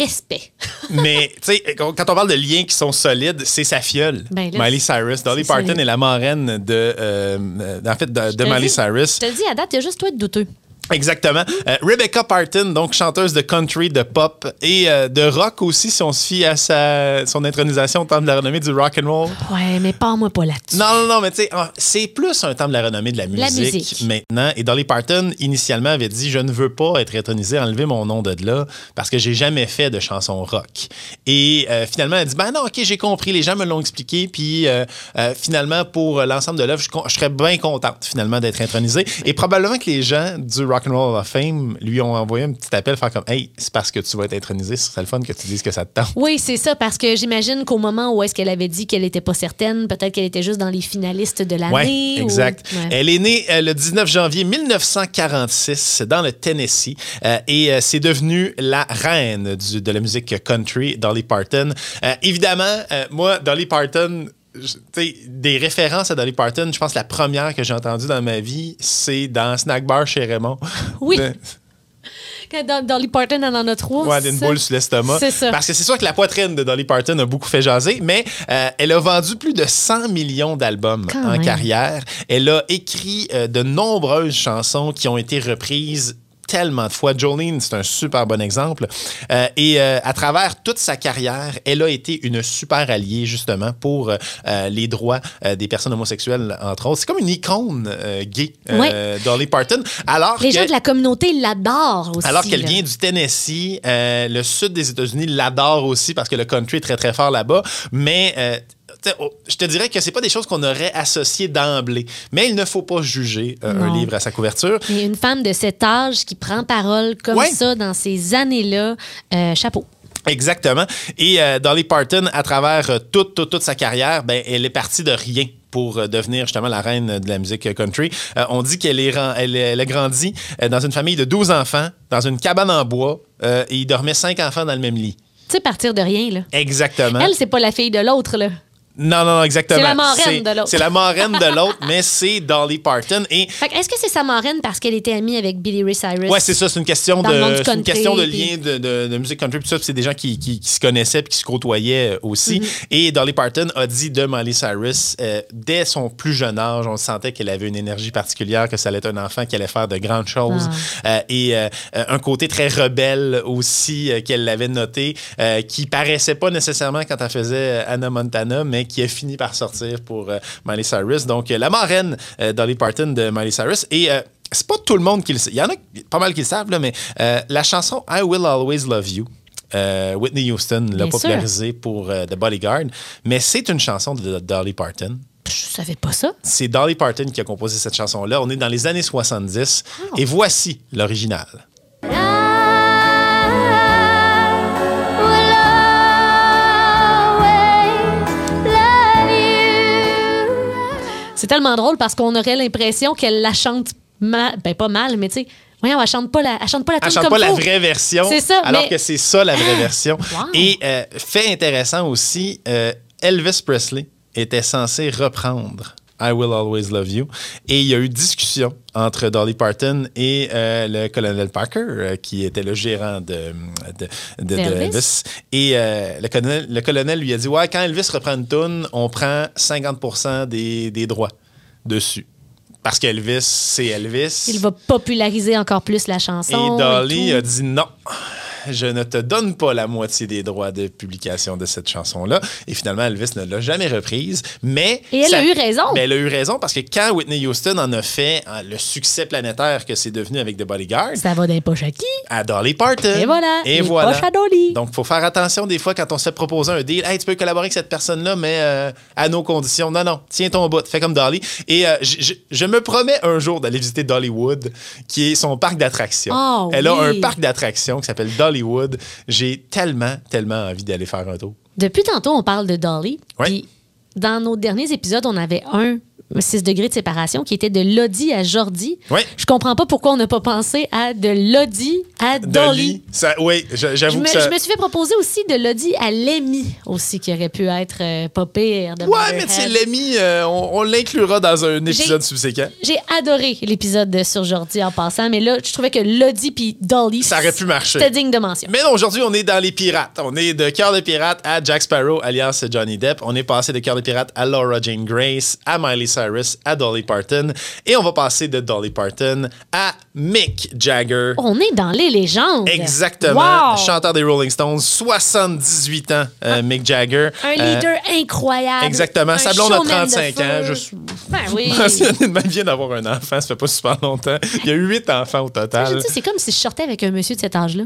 Mais, tu sais, quand on parle de liens qui sont solides, c'est sa fiole, Miley Cyrus. Dolly Parton est la marraine de Miley Cyrus. Je te le dis, à date, il y a juste toi de douteux. Exactement. Rebecca Parton, donc chanteuse de country, de pop et de rock aussi, si on se fie à son intronisation au temple de la renommée du rock and roll. Ouais, mais parle-moi pas là-dessus. Non, mais tu sais, c'est plus un temple de la renommée de la musique maintenant. Et Dolly Parton, initialement, avait dit « Je ne veux pas être intronisée, enlever mon nom de là, parce que j'ai jamais fait de chanson rock. » Et finalement, elle dit « Ben non, OK, j'ai compris, les gens me l'ont expliqué, puis finalement, pour l'ensemble de l'œuvre, je serais bien contente, finalement, d'être intronisée. » Et probablement que les gens du Rock'n'Roll Hall of Fame lui ont envoyé un petit appel, faire comme « Hey, c'est parce que tu vas être intronisé, ce serait le fun que tu dises que ça te tente. » Oui, c'est ça, parce que j'imagine qu'au moment où est-ce qu'elle avait dit qu'elle n'était pas certaine, peut-être qu'elle était juste dans les finalistes de l'année. Oui, exact. Ouais. Elle est née le 19 janvier 1946 dans le Tennessee et c'est devenue la reine de la musique country, Dolly Parton. Évidemment, moi, Dolly Parton... des références à Dolly Parton, je pense que la première que j'ai entendue dans ma vie, c'est dans Snack Bar chez Raymond. Oui. Dans Dolly Parton, elle en a trois. Ouais, une boule sur l'estomac. C'est ça. Parce que c'est sûr que la poitrine de Dolly Parton a beaucoup fait jaser, mais elle a vendu plus de 100 millions d'albums en carrière. Elle a écrit de nombreuses chansons qui ont été reprises tellement de fois. Jolene, c'est un super bon exemple. Et à travers toute sa carrière, elle a été une super alliée, justement, pour les droits des personnes homosexuelles, entre autres. C'est comme une icône gay, Dolly Parton. Les gens de la communauté l'adorent aussi. Alors qu'elle vient du Tennessee, le sud des États-Unis l'adore aussi parce que le country est très, très fort là-bas. Mais... je te dirais que c'est pas des choses qu'on aurait associées d'emblée. Mais il ne faut pas juger un livre à sa couverture. Et une femme de cet âge qui prend parole comme ça dans ces années-là, chapeau. Exactement. Et Dolly Parton, à travers toute sa carrière, elle est partie de rien pour devenir justement la reine de la musique country. On dit qu'elle a grandi dans une famille de 12 enfants, dans une cabane en bois, et il dormait 5 enfants dans le même lit. Tu sais, partir de rien, là. Exactement. Elle, c'est pas la fille de l'autre, là. Non, exactement. C'est la marraine de l'autre. C'est la marraine de l'autre, mais c'est Dolly Parton. Et fait que est-ce que c'est sa marraine parce qu'elle était amie avec Billy Ray Cyrus? Ouais, c'est ça. C'est une question dans le monde du c'est une country, question de puis- lien de musique country. Puis ça, puis c'est des gens qui se connaissaient puis qui se côtoyaient aussi. Et Dolly Parton a dit de Miley Cyrus, dès son plus jeune âge, on sentait qu'elle avait une énergie particulière, que ça allait être un enfant qui allait faire de grandes choses. Et un côté très rebelle aussi qu'elle l'avait noté, qui paraissait pas nécessairement quand elle faisait Hannah Montana, mais qui a fini par sortir pour Miley Cyrus. Donc, la marraine Dolly Parton de Miley Cyrus. Et c'est pas tout le monde qui le sait. Il y en a pas mal qui le savent, là, mais la chanson I Will Always Love You, Whitney Houston l'a Bien popularisée pour The Bodyguard, mais c'est une chanson de Dolly Parton. Je savais pas ça. C'est Dolly Parton qui a composé cette chanson-là. On est dans les années 70 et voici l'original. C'est tellement drôle parce qu'on aurait l'impression qu'elle la chante mal, ben pas mal, mais tu sais, voyons, elle chante pas la Elle tune chante comme pas la faut. vraie version, C'est ça, alors mais- que c'est ça la vraie version. Wow. Et fait intéressant aussi, Elvis Presley était censé reprendre I Will Always Love You. Et il y a eu discussion entre Dolly Parton et le colonel Parker, qui était le gérant d'Elvis. Et le colonel lui a dit, ouais, quand Elvis reprend une toune, on prend 50% des droits dessus. Parce qu'Elvis, c'est Elvis. Il va populariser encore plus la chanson. Et Dolly tout. a dit non. Je ne te donne pas la moitié des droits de publication de cette chanson-là. Et finalement, Elvis ne l'a jamais reprise. Mais Et elle a eu raison. Mais elle a eu raison parce que quand Whitney Houston en a fait le succès planétaire que c'est devenu avec The Bodyguard, Ça va d'un poche à qui? à Dolly Parton. Et voilà. Et Les voilà. poches à Dolly. Donc, il faut faire attention des fois quand on se fait proposer un deal. Hey, tu peux collaborer avec cette personne-là, mais à nos conditions. Non, tiens ton bout. Fais comme Dolly. Et je me promets un jour d'aller visiter Dollywood, qui est son parc d'attractions. Oh, Elle a oui. un parc d'attractions qui s'appelle Dollywood. J'ai tellement envie d'aller faire un tour. Depuis tantôt, on parle de Dolly. Ouais. Puis, dans nos derniers épisodes, on avait 6 degrés de séparation qui était de Lodi à Jordi. Ouais. Je comprends pas pourquoi on n'a pas pensé à de Lodi à Dolly. Oui, j'avoue que Je ça... me suis fait proposer aussi de Lodi à Lemmy aussi, qui aurait pu être pas pire. de Ouais, mais Motherhead. tu sais, Lemmy, on l'inclura dans un épisode subséquent. J'ai adoré l'épisode sur Jordi en passant, mais là, je trouvais que Lodi puis Dolly, Ça aurait pu marcher. c'était digne de mention. Mais non, aujourd'hui, on est dans les pirates. On est de Cœur de pirate à Jack Sparrow, alias Johnny Depp. On est passé de Cœur de pirate à Laura Jane Grace, à Miley Cyrus, à Dolly Parton. Et on va passer de Dolly Parton à Mick Jagger. On est dans les légendes. Exactement. Wow. Chanteur des Rolling Stones, 78 ans, Mick Jagger. Un leader incroyable. Exactement. Un Sa blonde a showman de 35 ans. feu. Je suis Ben oui. mentionné de ma vie d'avoir un enfant, ça fait pas super longtemps. Il y a eu 8 enfants au Je total. dis, c'est comme si je sortais avec un monsieur de cet âge-là.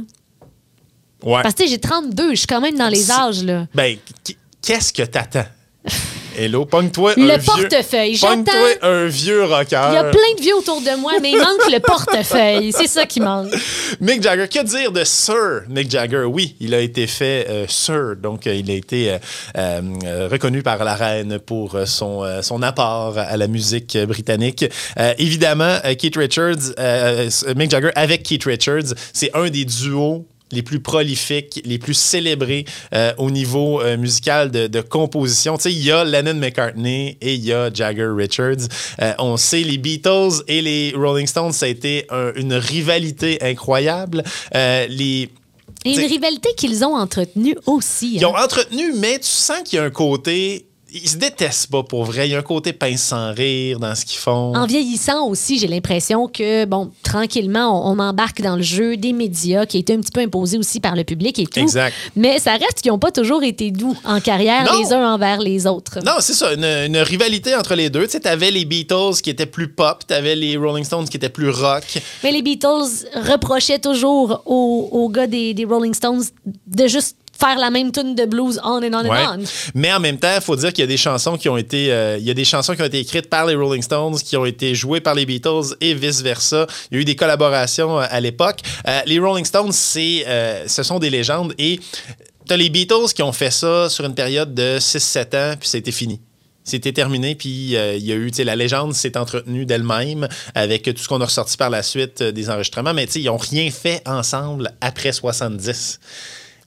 Ouais. Parce que tu sais, j'ai 32, je suis quand même dans les âges, là. Ben, qu'est-ce que t'attends? Hello, pogne-toi Le un vieux... portefeuille, j'attends. Pogne-toi un vieux rocker. Il y a plein de vieux autour de moi, mais il manque le portefeuille. C'est ça qui manque. Mick Jagger, que dire de Sir Mick Jagger? Oui, il a été fait Sir, donc il a été reconnu par la reine pour son apport à la musique britannique. Évidemment, Keith Richards, Mick Jagger avec Keith Richards, c'est un des duos les plus prolifiques, les plus célébrés au niveau musical de composition. Tu sais, il y a Lennon-McCartney et il y a Jagger-Richards. On sait, les Beatles et les Rolling Stones, ça a été une rivalité incroyable. Et une rivalité qu'ils ont entretenue aussi. Ils ont entretenu, mais tu sens qu'il y a un côté... Ils se détestent pas pour vrai. Il y a un côté pince sans rire dans ce qu'ils font. En vieillissant aussi, j'ai l'impression que, bon, tranquillement, on embarque dans le jeu des médias qui a été un petit peu imposé aussi par le public et tout. Exact. Mais ça reste qu'ils n'ont pas toujours été doux en carrière, Non. les uns envers les autres. Non, c'est ça, une rivalité entre les deux. Tu sais, t'avais les Beatles qui étaient plus pop, t'avais les Rolling Stones qui étaient plus rock. Mais les Beatles reprochaient toujours aux gars des Rolling Stones de juste faire la même tune de blues on and on Ouais. and on. Mais en même temps, il faut dire qu'il y a des chansons qui ont été écrites par les Rolling Stones, qui ont été jouées par les Beatles et vice-versa. Il y a eu des collaborations à l'époque. Les Rolling Stones, ce sont des légendes et t'as les Beatles qui ont fait ça sur une période de 6-7 ans, puis ça a été fini. C'était terminé, puis il y a eu, tu sais, la légende s'est entretenue d'elle-même avec tout ce qu'on a ressorti par la suite des enregistrements, mais tu sais, ils n'ont rien fait ensemble après 70.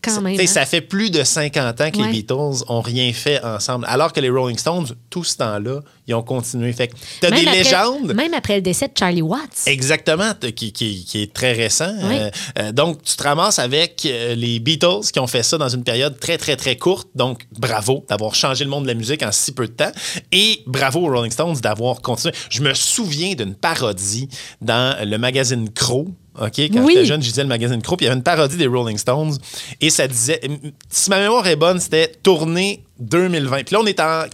quand même. Ça fait plus de 50 ans que les Beatles ont rien fait ensemble. Alors que les Rolling Stones, tout ce temps-là, ils ont continué. Fait que t'as des légendes. Même après le décès de Charlie Watts. Exactement, qui est très récent. Oui. Donc, tu te ramasses avec les Beatles qui ont fait ça dans une période très, très, très courte. Donc, bravo d'avoir changé le monde de la musique en si peu de temps. Et bravo aux Rolling Stones d'avoir continué. Je me souviens d'une parodie dans le magazine Crow. OK, quand j'étais jeune, je disais le magazine Crow, puis il y avait une parodie des Rolling Stones et ça disait, si ma mémoire est bonne, c'était tournée 2020. Puis là, on est en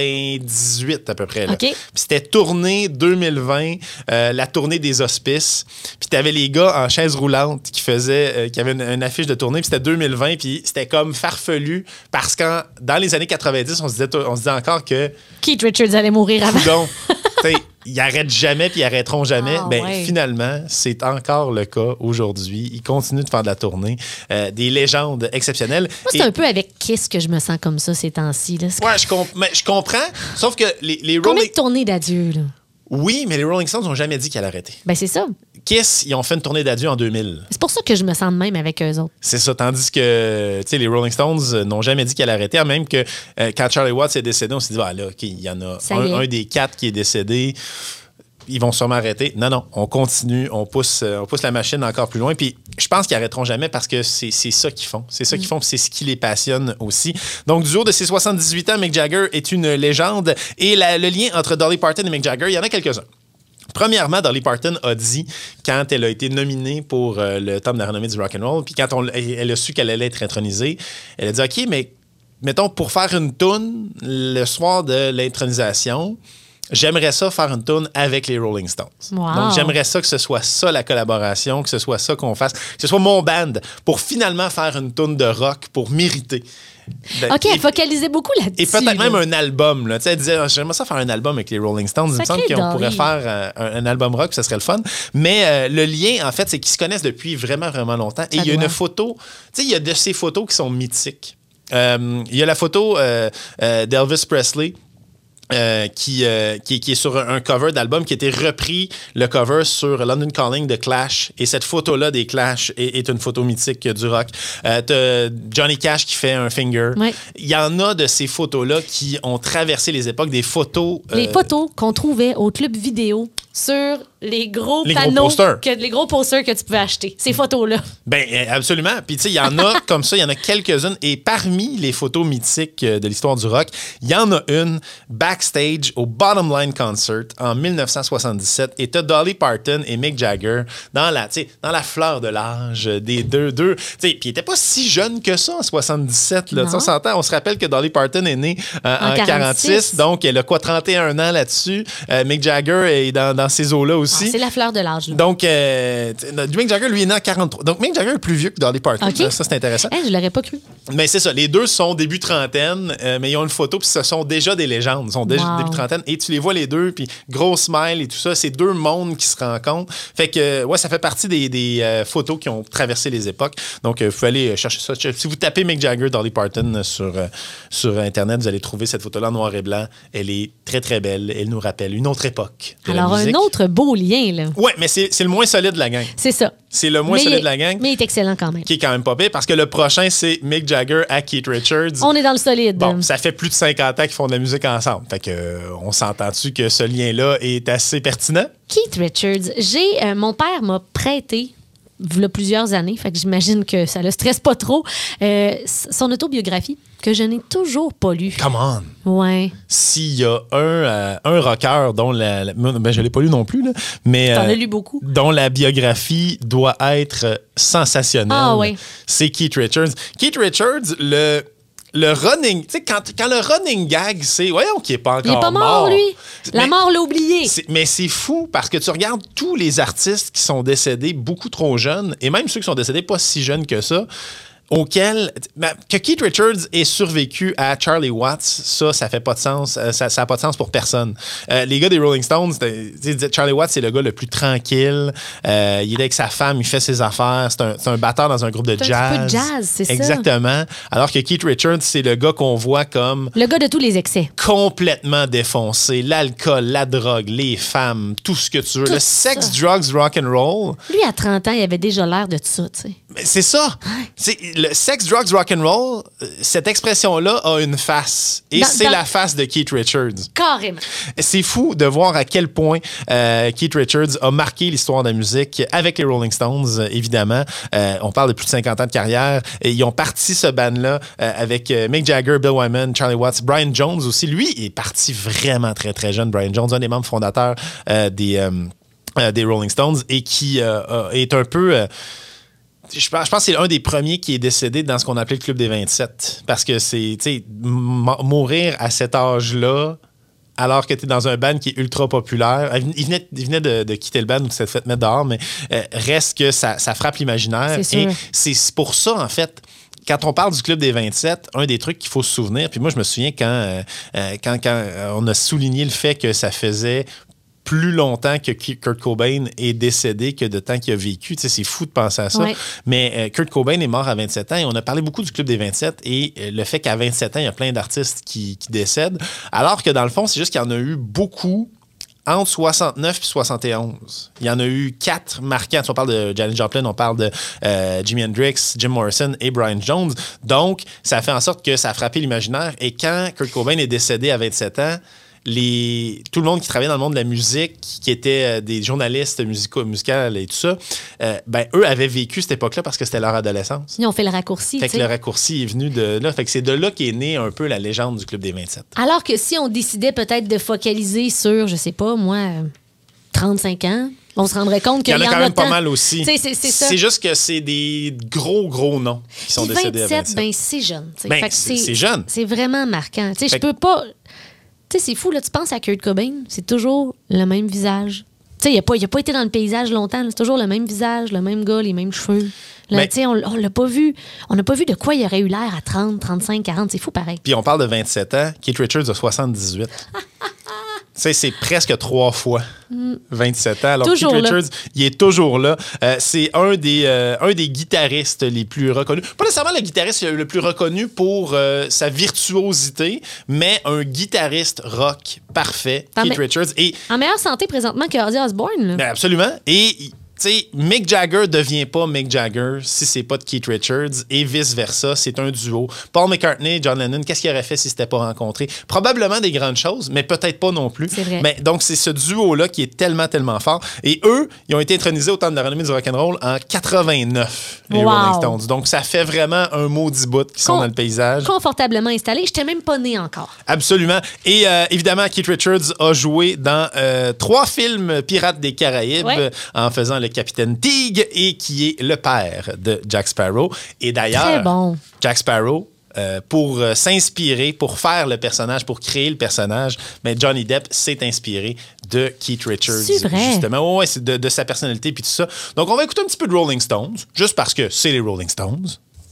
98 à peu près. Là. OK. Puis c'était tournée 2020, la tournée des hospices. Puis t'avais les gars en chaise roulante qui faisaient, qui avaient une affiche de tournée, puis c'était 2020, puis c'était comme farfelu parce que dans les années 90, on se disait encore que Keith Richards allait mourir avant. Donc, ils n'arrêtent jamais puis ils n'arrêteront jamais. Finalement, c'est encore le cas aujourd'hui. Ils continuent de faire de la tournée. Des légendes exceptionnelles. Moi, c'est un peu avec Kiss que je me sens comme ça ces temps-ci. Là. Ouais, je comprends. Sauf que les Combien Rolling... de tournées d'adieu, là? Oui, mais les Rolling Stones n'ont jamais dit qu'elle arrêtait. Ben c'est ça. Kiss, ils ont fait une tournée d'adieu en 2000. C'est pour ça que je me sens de même avec eux autres. C'est ça, tandis que les Rolling Stones n'ont jamais dit qu'elle arrêtait. Même que quand Charlie Watts est décédé, on s'est dit, là, il y en a un des 4 qui est décédé. Ils vont sûrement arrêter. Non, on continue, on pousse la machine encore plus loin. Puis je pense qu'ils n'arrêteront jamais parce que c'est ça qu'ils font. C'est ça qu'ils font, puis c'est ce qui les passionne aussi. Donc, du haut de ses 78 ans, Mick Jagger est une légende. Et le lien entre Dolly Parton et Mick Jagger, il y en a quelques-uns. Premièrement, Dolly Parton a dit, quand elle a été nominée pour le Temple de la renommée du rock'n'roll, puis quand elle a su qu'elle allait être intronisée, elle a dit, OK, mais mettons, pour faire une toune le soir de l'intronisation, j'aimerais ça faire une toune avec les Rolling Stones. Wow. Donc, j'aimerais ça que ce soit ça la collaboration, que ce soit ça qu'on fasse, que ce soit mon band, pour finalement faire une toune de rock, pour mériter. OK, elle focalisait beaucoup là-dessus. Et peut-être même un album. Là. Elle disait, j'aimerais ça faire un album avec les Rolling Stones. Il me semble qu'on pourrait faire un album rock, ça serait le fun. Mais le lien, en fait, c'est qu'ils se connaissent depuis vraiment, vraiment longtemps. Et il y a une photo, il y a de ces photos qui sont mythiques. Il y a la photo d'Elvis Presley. Qui est sur un cover d'album qui a été repris, le cover sur London Calling de Clash. Et cette photo-là des Clash est une photo mythique du rock. T'as Johnny Cash qui fait un finger. Ouais. Il y en a de ces photos-là qui ont traversé les époques, des photos... Les photos qu'on trouvait au club vidéo sur les gros panneaux, les gros posters que tu pouvais acheter. Ces photos-là. Ben absolument. Puis tu sais, il y en a comme ça, il y en a quelques-unes. Et parmi les photos mythiques de l'histoire du rock, il y en a une backstage au Bottom Line Concert en 1977. Et t'as Dolly Parton et Mick Jagger dans la fleur de l'âge des deux. Puis il était pas si jeune que ça en 77. Là. On s'entend. On se rappelle que Dolly Parton est née en 46. Donc elle a 31 ans là-dessus. Mick Jagger est dans ces eaux-là aussi. C'est la fleur de l'âge. Là. Donc, Mick Jagger, lui, est né en 43. Donc, Mick Jagger est plus vieux que Dolly Parton. Okay. Ça, c'est intéressant. Je l'aurais pas cru. Mais c'est ça. Les deux sont début trentaine, mais ils ont une photo, puis ce sont déjà des légendes. Ils sont déjà début trentaine. Et tu les vois les deux, puis gros smile et tout ça. C'est deux mondes qui se rencontrent. Fait que, ça fait partie des photos qui ont traversé les époques. Donc, vous pouvez aller chercher ça. Si vous tapez Mick Jagger, Dolly Parton sur Internet, vous allez trouver cette photo-là en noir et blanc. Elle est très, très belle. Elle nous rappelle une autre époque de la musique. Un autre beau lien, là. Oui, mais c'est le moins solide de la gang. C'est ça. C'est le moins solide de la gang. Mais il est excellent quand même. Qui est quand même pas pire, parce que le prochain, c'est Mick Jagger à Keith Richards. On est dans le solide. Bon, ça fait plus de 50 ans qu'ils font de la musique ensemble. Fait que, on s'entend-tu que ce lien-là est assez pertinent? Keith Richards, mon père m'a prêté il y a plusieurs années, fait que j'imagine que ça le stresse pas trop. Son autobiographie, que je n'ai toujours pas lu. Come on! Ouais. S'il y a un rocker dont je l'ai pas lu non plus, là, mais... T'en as lu beaucoup. Dont la biographie doit être sensationnelle. C'est Keith Richards. Keith Richards, le running... Tu sais, quand le running gag, c'est... Voyons qu'il n'est pas encore mort. Il n'est pas mort, lui. Mort l'a oublié. Mais c'est fou, parce que tu regardes tous les artistes qui sont décédés beaucoup trop jeunes, et même ceux qui sont décédés pas si jeunes que ça, que Keith Richards ait survécu à Charlie Watts, ça fait pas de sens. Ça n'a pas de sens pour personne. Les gars des Rolling Stones, Charlie Watts, c'est le gars le plus tranquille. Il est avec sa femme, il fait ses affaires. C'est un batteur dans un groupe de jazz. Un peu de jazz, c'est ça. Exactement. Alors que Keith Richards, c'est le gars qu'on voit comme... Le gars de tous les excès. Complètement défoncé. L'alcool, la drogue, les femmes, tout ce que tu veux. Le sex, drugs, rock and roll. Lui, à 30 ans, il avait déjà l'air de tout ça, tu sais. Mais c'est ça. le sex, drugs, rock'n'roll, cette expression-là a une face. Et c'est la face de Keith Richards. Carrément. C'est fou de voir à quel point Keith Richards a marqué l'histoire de la musique avec les Rolling Stones, évidemment. On parle de plus de 50 ans de carrière. Et ils ont parti ce band-là avec Mick Jagger, Bill Wyman, Charlie Watts, Brian Jones aussi. Lui est parti vraiment très, très jeune. Brian Jones, un des membres fondateurs des Rolling Stones et qui est un peu... Je pense que c'est un des premiers qui est décédé dans ce qu'on appelait le Club des 27. Parce que c'est, tu sais, mourir à cet âge-là, alors que tu es dans un band qui est ultra populaire. Il venait de quitter le band ou de s'être fait mettre dehors, mais reste que ça frappe l'imaginaire. Et c'est pour ça, en fait, quand on parle du Club des 27, un des trucs qu'il faut se souvenir, puis moi, je me souviens quand on a souligné le fait que ça faisait plus longtemps que Kurt Cobain est décédé que de temps qu'il a vécu. Tu sais, c'est fou de penser à ça. Ouais. Mais Kurt Cobain est mort à 27 ans et on a parlé beaucoup du Club des 27 et le fait qu'à 27 ans, il y a plein d'artistes qui décèdent. Alors que dans le fond, c'est juste qu'il y en a eu beaucoup entre 69 et 71. Il y en a eu 4 marquants. On parle de Janis Joplin, on parle de Jimi Hendrix, Jim Morrison et Brian Jones. Donc, ça fait en sorte que ça a frappé l'imaginaire. Et quand Kurt Cobain est décédé à 27 ans, tout le monde qui travaillait dans le monde de la musique, qui étaient des journalistes musicaux et tout ça, eux avaient vécu cette époque-là parce que c'était leur adolescence. Ils ont fait le raccourci. Fait que le raccourci est venu de là. Fait que c'est de là qu'est née un peu la légende du Club des 27. Alors que si on décidait peut-être de focaliser sur, je sais pas, moi, 35 ans, on se rendrait compte qu'il y en a quand même pas mal aussi. C'est juste que c'est des gros noms qui sont décédés à 27. C'est jeune. C'est jeune. C'est vraiment marquant. Je peux pas... Tu sais, c'est fou, là, tu penses à Kurt Cobain, c'est toujours le même visage. Tu sais, il n'a pas été dans le paysage longtemps, là, c'est toujours le même visage, le même gars, les mêmes cheveux. Là, tu sais, on l'a pas vu. On n'a pas vu de quoi il aurait eu l'air à 30, 35, 40. C'est fou pareil. Puis on parle de 27 ans. Keith Richards a 78. Tu sais, c'est presque 3 fois 27 ans. Alors, toujours Keith Richards, il est toujours là. C'est un des guitaristes les plus reconnus. Pas nécessairement le guitariste le plus reconnu pour sa virtuosité, mais un guitariste rock parfait, Keith Richards. Et en meilleure santé présentement que Ozzy Osbourne. Ben absolument. Et... Tu sais, Mick Jagger ne devient pas Mick Jagger si c'est pas de Keith Richards et vice-versa. C'est un duo. Paul McCartney, John Lennon, qu'est-ce qu'il aurait fait s'ils ne s'étaient pas rencontrés? Probablement des grandes choses, mais peut-être pas non plus. C'est vrai. Mais donc, c'est ce duo-là qui est tellement, tellement fort. Et eux, ils ont été intronisés au temps de la renommée du rock'n'roll en 89, les Rolling Stones. Donc, ça fait vraiment un maudit bout qui sont dans le paysage. Confortablement installés. Je n'étais même pas né encore. Absolument. Et évidemment, Keith Richards a joué dans 3 films Pirates des Caraïbes en faisant le Capitaine Teague et qui est le père de Jack Sparrow. Et d'ailleurs, Jack Sparrow, pour s'inspirer, pour faire le personnage, pour créer le personnage, mais Johnny Depp s'est inspiré de Keith Richards. C'est vrai. Justement. Ouais, c'est de sa personnalité puis tout ça. Donc, on va écouter un petit peu de Rolling Stones, juste parce que c'est les Rolling Stones.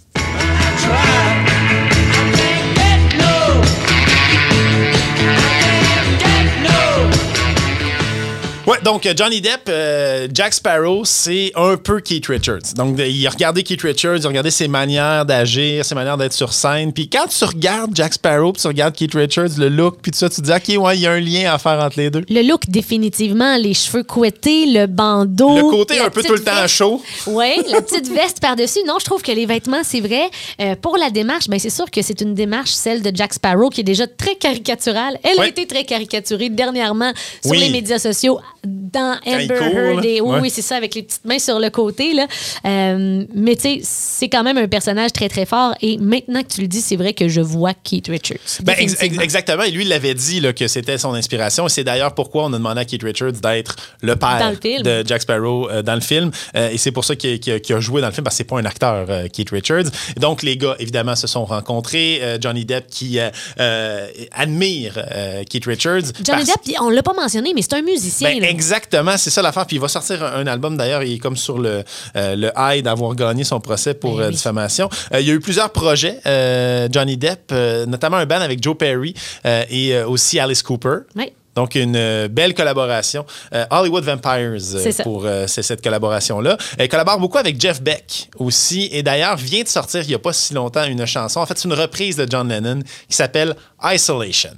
Ouais, donc Johnny Depp, Jack Sparrow, c'est un peu Keith Richards. Donc, il a regardé Keith Richards, il a regardé ses manières d'agir, ses manières d'être sur scène. Puis quand tu regardes Jack Sparrow, puis tu regardes Keith Richards, le look, puis tout ça, tu te dis, OK, ouais, il y a un lien à faire entre les deux. Le look, définitivement. Les cheveux couettés, le bandeau. Le côté un peu tout le temps chaud. Oui, la petite veste par-dessus. Non, je trouve que les vêtements, c'est vrai. Pour la démarche, ben, c'est sûr que c'est une démarche, celle de Jack Sparrow, qui est déjà très caricaturale. Elle a été très caricaturée dernièrement sur les médias sociaux. Dans Amber Heard. Oui, c'est ça, avec les petites mains sur le côté. Là. Mais tu sais, c'est quand même un personnage très, très fort. Et maintenant que tu le dis, c'est vrai que je vois Keith Richards. Ben, exactement. Et lui, il l'avait dit là, que c'était son inspiration. Et c'est d'ailleurs pourquoi on a demandé à Keith Richards d'être le père de Jack Sparrow dans le film. Et c'est pour ça qu'il a joué dans le film, parce que c'est pas un acteur, Keith Richards. Et donc, les gars, évidemment, se sont rencontrés. Johnny Depp qui admire Keith Richards. Johnny Depp, on l'a pas mentionné, mais c'est un musicien. Ben, exactement, c'est ça l'affaire. Puis il va sortir un album, d'ailleurs, il est comme sur le high d'avoir gagné son procès pour diffamation. Il y a eu plusieurs projets, Johnny Depp, notamment un band avec Joe Perry et aussi Alice Cooper. Oui. Donc, une belle collaboration. Hollywood Vampires pour cette collaboration-là. Elle collabore beaucoup avec Jeff Beck aussi. Et d'ailleurs, vient de sortir il n'y a pas si longtemps une chanson. En fait, c'est une reprise de John Lennon qui s'appelle Isolation.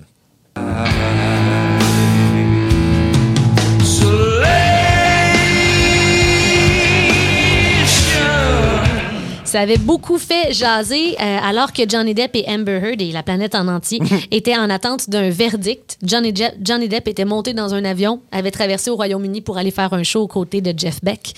Ça avait beaucoup fait jaser alors que Johnny Depp et Amber Heard et la planète en entier étaient en attente d'un verdict. Johnny Depp était monté dans un avion, avait traversé au Royaume-Uni pour aller faire un show aux côtés de Jeff Beck.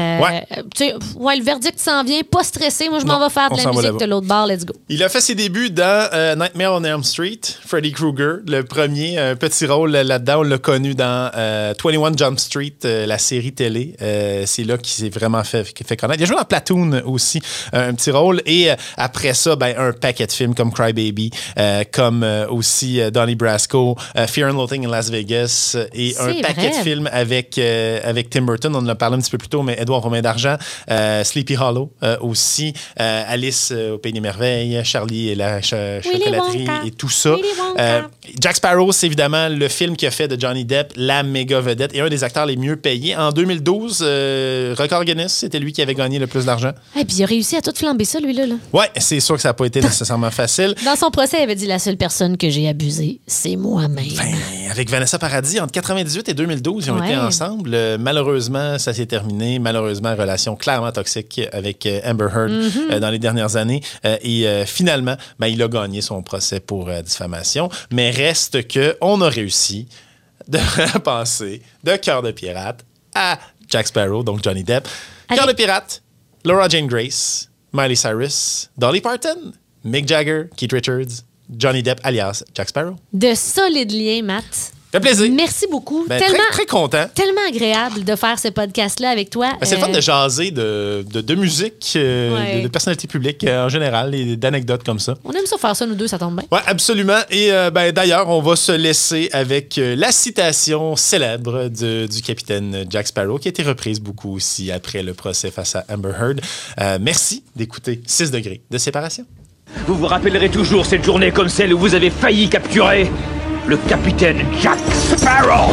Le verdict s'en vient, pas stressé. Moi, je m'en vais faire de la musique de l'autre bar. Let's go. Il a fait ses débuts dans Nightmare on Elm Street, Freddy Krueger, le premier, un petit rôle là-dedans. On l'a connu dans 21 Jump Street, la série télé. C'est là qu'il s'est vraiment fait connaître. Il a joué dans Platoon aussi, un petit rôle. Et après ça, un paquet de films comme Cry Baby, comme aussi Donnie Brasco, Fear and Loathing in Las Vegas et un paquet de films avec Tim Burton. On en a parlé un petit peu plus tôt, mais Édouard Romain d'Argent, Sleepy Hollow aussi, Alice au Pays des Merveilles, Charlie et la chocolaterie et tout ça. Jack Sparrow, c'est évidemment le film qu'il a fait de Johnny Depp, la méga vedette et un des acteurs les mieux payés. En 2012, record Guinness, c'était lui qui avait gagné le plus d'argent. Et puis il a réussi à tout flamber ça, lui-là. Ouais, c'est sûr que ça n'a pas été nécessairement facile. Dans son procès, il avait dit la seule personne que j'ai abusée, c'est moi-même. Avec Vanessa Paradis, entre 98 et 2012, ils ont été ensemble. Malheureusement, ça s'est terminé. Malheureusement, relation clairement toxique avec Amber Heard dans les dernières années. Finalement, il a gagné son procès pour diffamation. Mais reste qu'on a réussi de passer de Cœur de pirate à Jack Sparrow, donc Johnny Depp. Cœur de pirate, Laura Jane Grace, Miley Cyrus, Dolly Parton, Mick Jagger, Keith Richards, Johnny Depp alias Jack Sparrow. De solides liens, Matt. Ça fait plaisir. Merci beaucoup. Très, très content. Tellement agréable de faire ce podcast-là avec toi. C'est le fun de jaser de musique, de personnalités publiques en général et d'anecdotes comme ça. On aime ça faire ça, nous deux, ça tombe bien. Oui, absolument. Et d'ailleurs, on va se laisser avec la citation célèbre du capitaine Jack Sparrow qui a été reprise beaucoup aussi après le procès face à Amber Heard. Merci d'écouter 6 degrés de séparation. Vous vous rappellerez toujours cette journée comme celle où vous avez failli capturer le capitaine Jack Sparrow.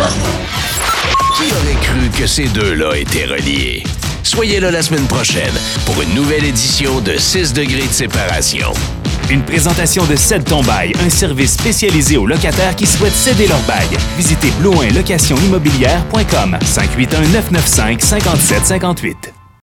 Qui aurait cru que ces deux-là étaient reliés? Soyez là la semaine prochaine pour une nouvelle édition de 6 degrés de séparation. Une présentation de Cède ton bail, un service spécialisé aux locataires qui souhaitent céder leur bail. Visitez blouinlocationimmobilière.com 581 995 5758.